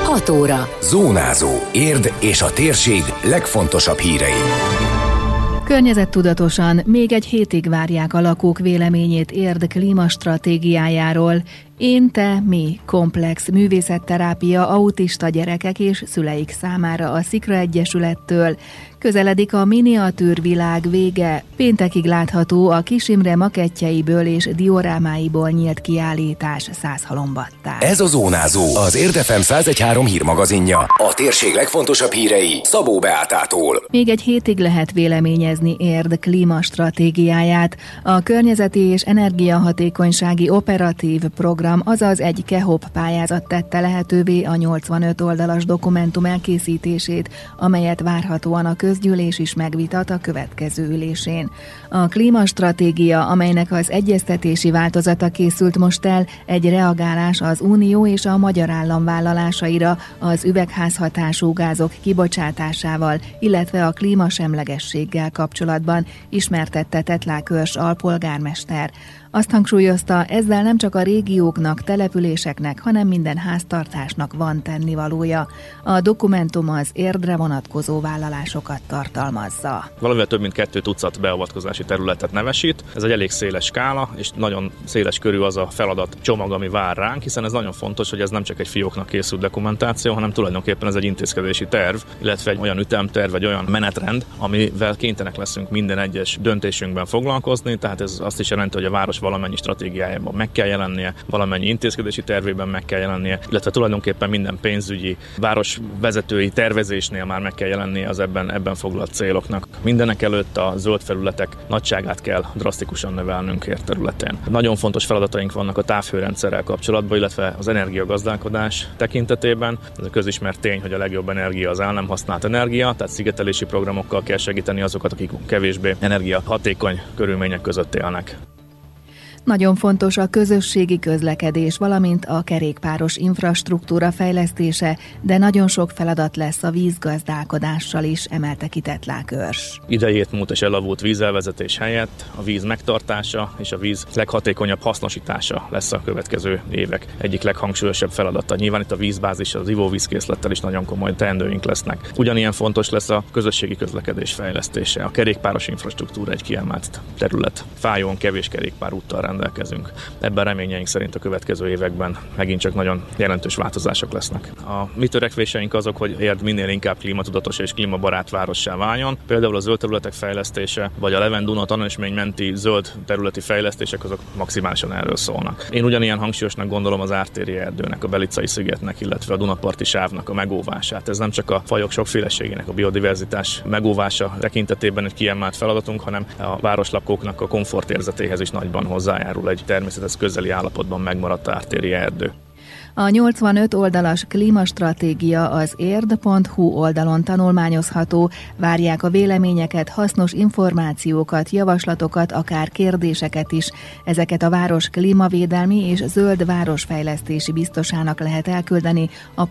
6 óra. Zónázó. Érd és a térség legfontosabb hírei. Környezettudatosan még egy hétig várják a lakók véleményét Érd klímastratégiájáról. Én, te, mi komplex művészetterápia autista gyerekek és szüleik számára a Szikra Egyesülettől. Közeledik a miniatűrvilág vége. Péntekig látható a Kis Imre makettjeiből és diorámáiból nyílt kiállítás Százhalombattán. Ez a Zónázó, az Érd FM 101.3 hírmagazinja. A térség legfontosabb hírei Szabó Beátától. Még egy hétig lehet véleményezni Érd klímastratégiáját. A környezeti és energiahatékonysági operatív program, azaz egy KEHOP pályázat tette lehetővé a 85 oldalas dokumentum elkészítését, amelyet várhatóan a közgyűlés is megvitat a következő ülésén. A klímastratégia, amelynek az egyeztetési változata készült most el, egy reagálás az Unió és a magyar állam vállalásaira az üvegházhatású gázok kibocsátásával, illetve a klímasemlegességgel kapcsolatban, ismertette Tetlák Őrs alpolgármester. Azt hangsúlyozta, ezzel nem csak a régióknak, településeknek, hanem minden háztartásnak van tennivalója. A dokumentum az Érdre vonatkozó vállalásokat tartalmazza. Valamivel több mint 2 tucat beavatkozási területet nevesít. Ez egy elég széles skála, és nagyon széles körű az a feladat csomag, ami vár ránk, hiszen ez nagyon fontos, hogy ez nem csak egy fióknak készült dokumentáció, hanem tulajdonképpen ez egy intézkedési terv, illetve egy olyan ütemterv, vagy olyan menetrend, amivel kénytelenek leszünk minden egyes döntésünkben foglalkozni, tehát ez azt is jelenti, hogy a város valamennyi stratégiájában meg kell jelennie, valamennyi intézkedési tervében meg kell jelennie, illetve tulajdonképpen minden pénzügyi, városvezetői tervezésnél már meg kell jelennie az ebben foglalt céloknak. Mindenek előtt a zöld felületek nagyságát kell drasztikusan növelnünk Érd területén. Nagyon fontos feladataink vannak a távhőrendszerrel kapcsolatban, illetve az energiagazdálkodás tekintetében. Ez a közismert tény, hogy a legjobb energia az el nem használt energia, tehát szigetelési programokkal kell segíteni azokat, akik kevésbé energiahatékony körülmények között élnek. Nagyon fontos a közösségi közlekedés, valamint a kerékpáros infrastruktúra fejlesztése, de nagyon sok feladat lesz a vízgazdálkodással is, emelte ki Tetlák Őrs. Idejét múlt és elavult vízelvezetés helyett a víz megtartása és a víz leghatékonyabb hasznosítása lesz a következő évek egyik leghangsúlyosabb feladata. Nyilván itt a vízbázis, az ivóvízkészlettel is nagyon komoly teendőink lesznek. Ugyanilyen fontos lesz a közösségi közlekedés fejlesztése. A kerékpáros infrastruktúra egy kiemelt terület. Fájón kevés kerékpárúttal rendelkezünk. Ebben reményeink szerint a következő években megint csak nagyon jelentős változások lesznek. A mi törekvéseink azok, hogy Érd minél inkább klímatudatos és klímabarát várossá váljon. Például a zöld területek fejlesztése, vagy a Levend-Duna tanúsmény menti zöld területi fejlesztések, azok maximálisan erről szólnak. Én ugyanilyen hangsúlyosnak gondolom az ártéri erdőnek, a Belicai szigetnek, illetve a Dunaparti sávnak a megóvását. Ez nem csak a fajok sokféleségének, a biodiverzitás megóvása tekintetében egy kiemelt feladatunk, hanem a városlakóknak a komfortérzetéhez is nagyban hozzájárul egy természethez közeli állapotban megmaradt ártéri erdő. A 85 oldalas klímastratégia az érd.hu oldalon tanulmányozható, várják a véleményeket, hasznos információkat, javaslatokat, akár kérdéseket is. Ezeket a város klímavédelmi és zöld városfejlesztési biztosának lehet elküldeni a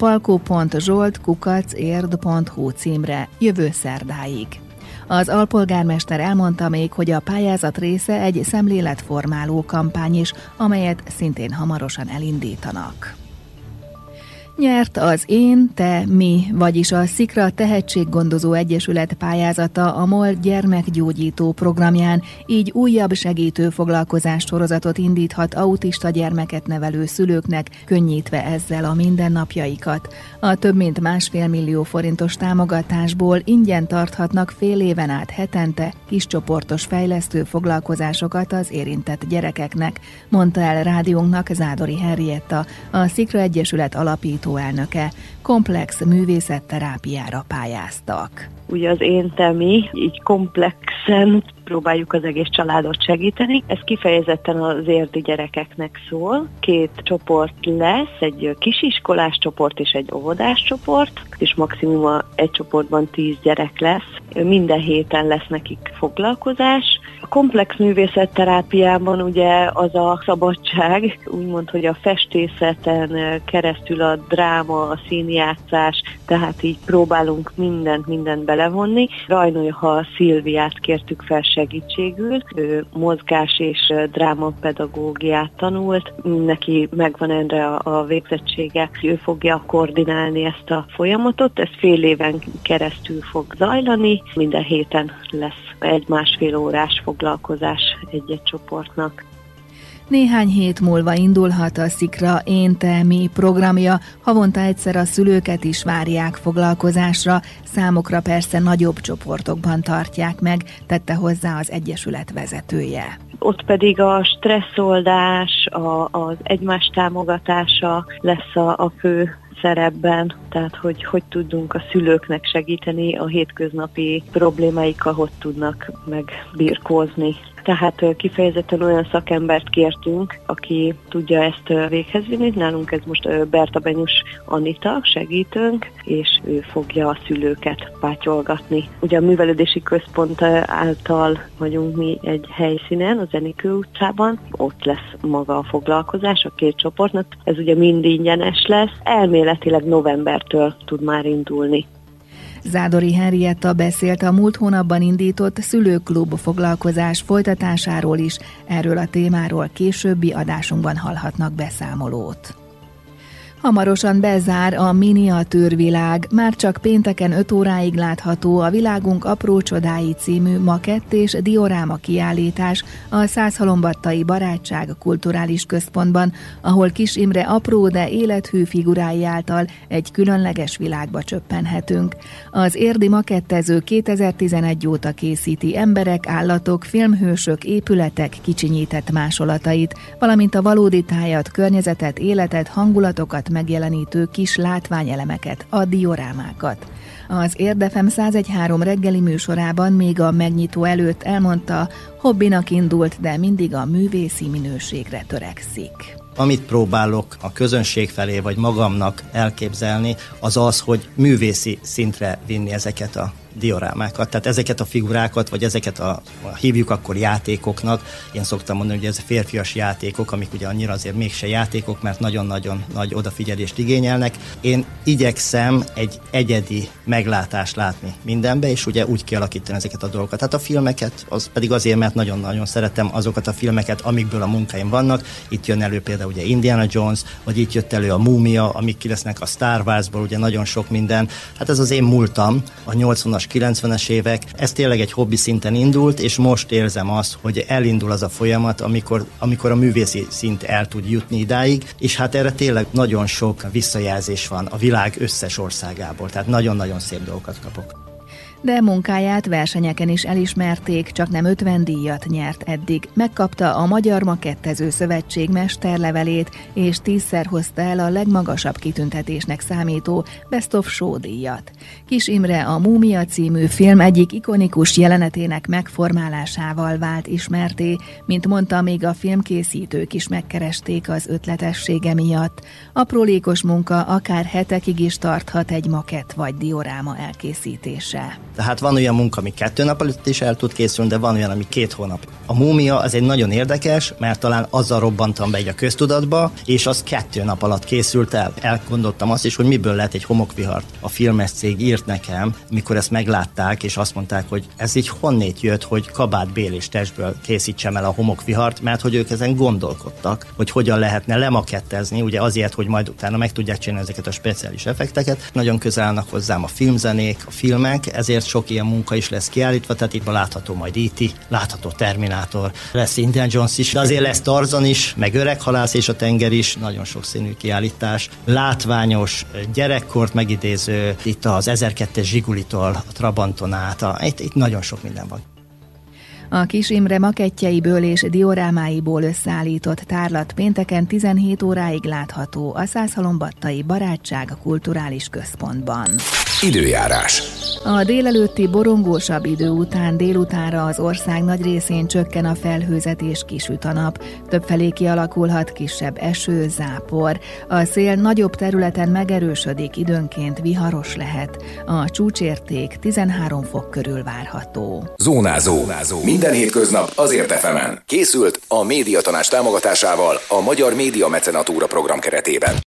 palko.zsolt@érd.hu címre jövő szerdáig. Az alpolgármester elmondta még, hogy a pályázat része egy szemléletformáló kampány is, amelyet szintén hamarosan elindítanak. Nyert az Én, te, mi, vagyis a Szikra Tehetséggondozó Egyesület pályázata a MOL gyermekgyógyító programján, így újabb segítő foglalkozás sorozatot indíthat autista gyermeket nevelő szülőknek, könnyítve ezzel a mindennapjaikat. A több mint 1,5 millió forintos támogatásból ingyen tarthatnak fél éven át hetente kiscsoportos fejlesztő foglalkozásokat az érintett gyerekeknek, mondta el rádiónknak Zádori Henrietta, a Szikra Egyesület alapító elnöke. Komplex művészetterápiára pályáztak. Ugye az Én, te, mi, így komplexen próbáljuk az egész családot segíteni. Ez kifejezetten az érdi gyerekeknek szól. 2 csoport lesz, egy kisiskolás csoport és egy óvodás csoport, és maximum egy csoportban 10 gyerek lesz. Minden héten lesz nekik foglalkozás. A komplex művészetterápiában ugye az a szabadság, úgymond, hogy a festészeten keresztül a dráma, a színjátszás, tehát így próbálunk mindent belevonni. Rajnolha Szilviát kértük fel segítségül. Ő mozgás és drámapedagógiát tanult, neki megvan erre a végzettsége, ő fogja koordinálni ezt a folyamatot, ez fél éven keresztül fog zajlani, minden héten lesz 1-1,5 órás foglalkozás egy-egy csoportnak. Néhány hét múlva indulhat a Szikra Én, Te, Mi programja, havonta egyszer a szülőket is várják foglalkozásra, számukra persze nagyobb csoportokban tartják meg, tette hozzá az egyesület vezetője. Ott pedig a stresszoldás, az egymás támogatása lesz a fő szerepben, tehát hogy tudunk a szülőknek segíteni a hétköznapi problémáikkal, hogy tudnak megbirkózni. Tehát kifejezetten olyan szakembert kértünk, aki tudja ezt véghez vinni. Nálunk ez most Bertabenyus Anita segítőnk, és ő fogja a szülőket pátyolgatni. Ugye a művelődési központ által vagyunk mi egy helyszínen, az Enikő utcában. Ott lesz maga a foglalkozás a 2 csoportnak. Ez ugye mind ingyenes lesz. Elméletileg novembertől tud már indulni. Zádori Henrietta beszélt a múlt hónapban indított szülőklub foglalkozás folytatásáról is, erről a témáról későbbi adásunkban hallhatnak beszámolót. Hamarosan bezár a miniatűrvilág, már csak pénteken 5 óráig látható a Világunk apró csodái című makett és dioráma kiállítás a Százhalombattai Barátság Kulturális Központban, ahol Kis Imre apró, de élethű figurái által egy különleges világba csöppenhetünk. Az érdi makettező 2011 óta készíti emberek, állatok, filmhősök, épületek kicsinyített másolatait, valamint a valódi tájat, környezetet, életet, hangulatokat megjelenítő kis látványelemeket, a diorámákat. Az Érdefem 101.3 reggeli műsorában még a megnyitó előtt elmondta, hobbinak indult, de mindig a művészi minőségre törekszik. Amit próbálok a közönség felé vagy magamnak elképzelni, az az, hogy művészi szintre vinni ezeket a diorámákat, tehát ezeket a figurákat, vagy ezeket hívjuk akkor játékoknak. Én szoktam mondani, hogy ez a férfias játékok, amik ugye annyira azért mégse játékok, mert nagyon-nagyon nagy odafigyelést igényelnek. Én igyekszem egy egyedi meglátást látni mindenbe, és ugye úgy kialakítani ezeket a dolgokat. Tehát a filmeket, az pedig azért, mert nagyon-nagyon szeretem azokat a filmeket, amikből a munkáim vannak. Itt jön elő például ugye Indiana Jones, vagy itt jött elő a Múmia, amik ki lesznek a Star Warsból, ugye nagyon sok minden. Hát ez az én múltam, a 80-as, 90-es évek. Ez tényleg egy hobbi szinten indult, és most érzem azt, hogy elindul az a folyamat, amikor a művészi szint el tud jutni idáig, és hát erre tényleg nagyon sok visszajelzés van a világ összes országából, tehát nagyon-nagyon szép dolgokat kapok. De munkáját versenyeken is elismerték, csak nem 50 díjat nyert eddig. Megkapta a Magyar Makettező Szövetség mesterlevelét, és 10-szer hozta el a legmagasabb kitüntetésnek számító Best of Show díjat. Kis Imre a Múmia című film egyik ikonikus jelenetének megformálásával vált ismerté, mint mondta, még a filmkészítők is megkeresték az ötletessége miatt. Aprólékos munka akár hetekig is tarthat egy makett vagy dioráma elkészítése. Tehát van olyan munka, ami 2 nap alatt is el tud készülni, de van olyan, ami 2 hónap. A Múmia az egy nagyon érdekes, mert talán azzal robbantam be egy a köztudatba, és az 2 nap alatt készült el. Elgondoltam azt is, hogy miből lehet egy homokvihart. A filmes cég írt nekem, mikor ezt meglátták, és azt mondták, hogy ez így honnét jött, hogy kabátbél és testből készítsem el a homokvihart, mert hogy ők ezen gondolkodtak, hogy hogyan lehetne lemakettezni, ugye azért, hogy majd utána meg tudják csinálni ezeket a speciális effekteket. Nagyon közel állnak hozzám a filmzenék, a filmek, ezért sok ilyen munka is lesz kiállítva, tehát itt látható majd E.T., látható Terminátor, lesz Indiana Jones is, de azért lesz Tarzan is, meg Öreghalász és a tenger is, nagyon sokszínű kiállítás, látványos, gyerekkort megidéző, itt az 1002-es Zsigulitól, a Trabanton át, itt nagyon sok minden van. A Kis Imre makettjeiből és diorámáiból összeállított tárlat pénteken 17 óráig látható a Százhalombattai Barátság Kulturális Központban. Időjárás. A délelőtti borongósabb idő után délutánra az ország nagy részén csökken a felhőzet és kisüt a nap. Többfelé kialakulhat kisebb eső, zápor. A szél nagyobb területen megerősödik, időnként viharos lehet. A csúcsérték 13 fok körül várható. Zónázó. Minden hétköznap az Érdefemen. Készült a Médiatanács támogatásával a Magyar Média Mecenatúra program keretében.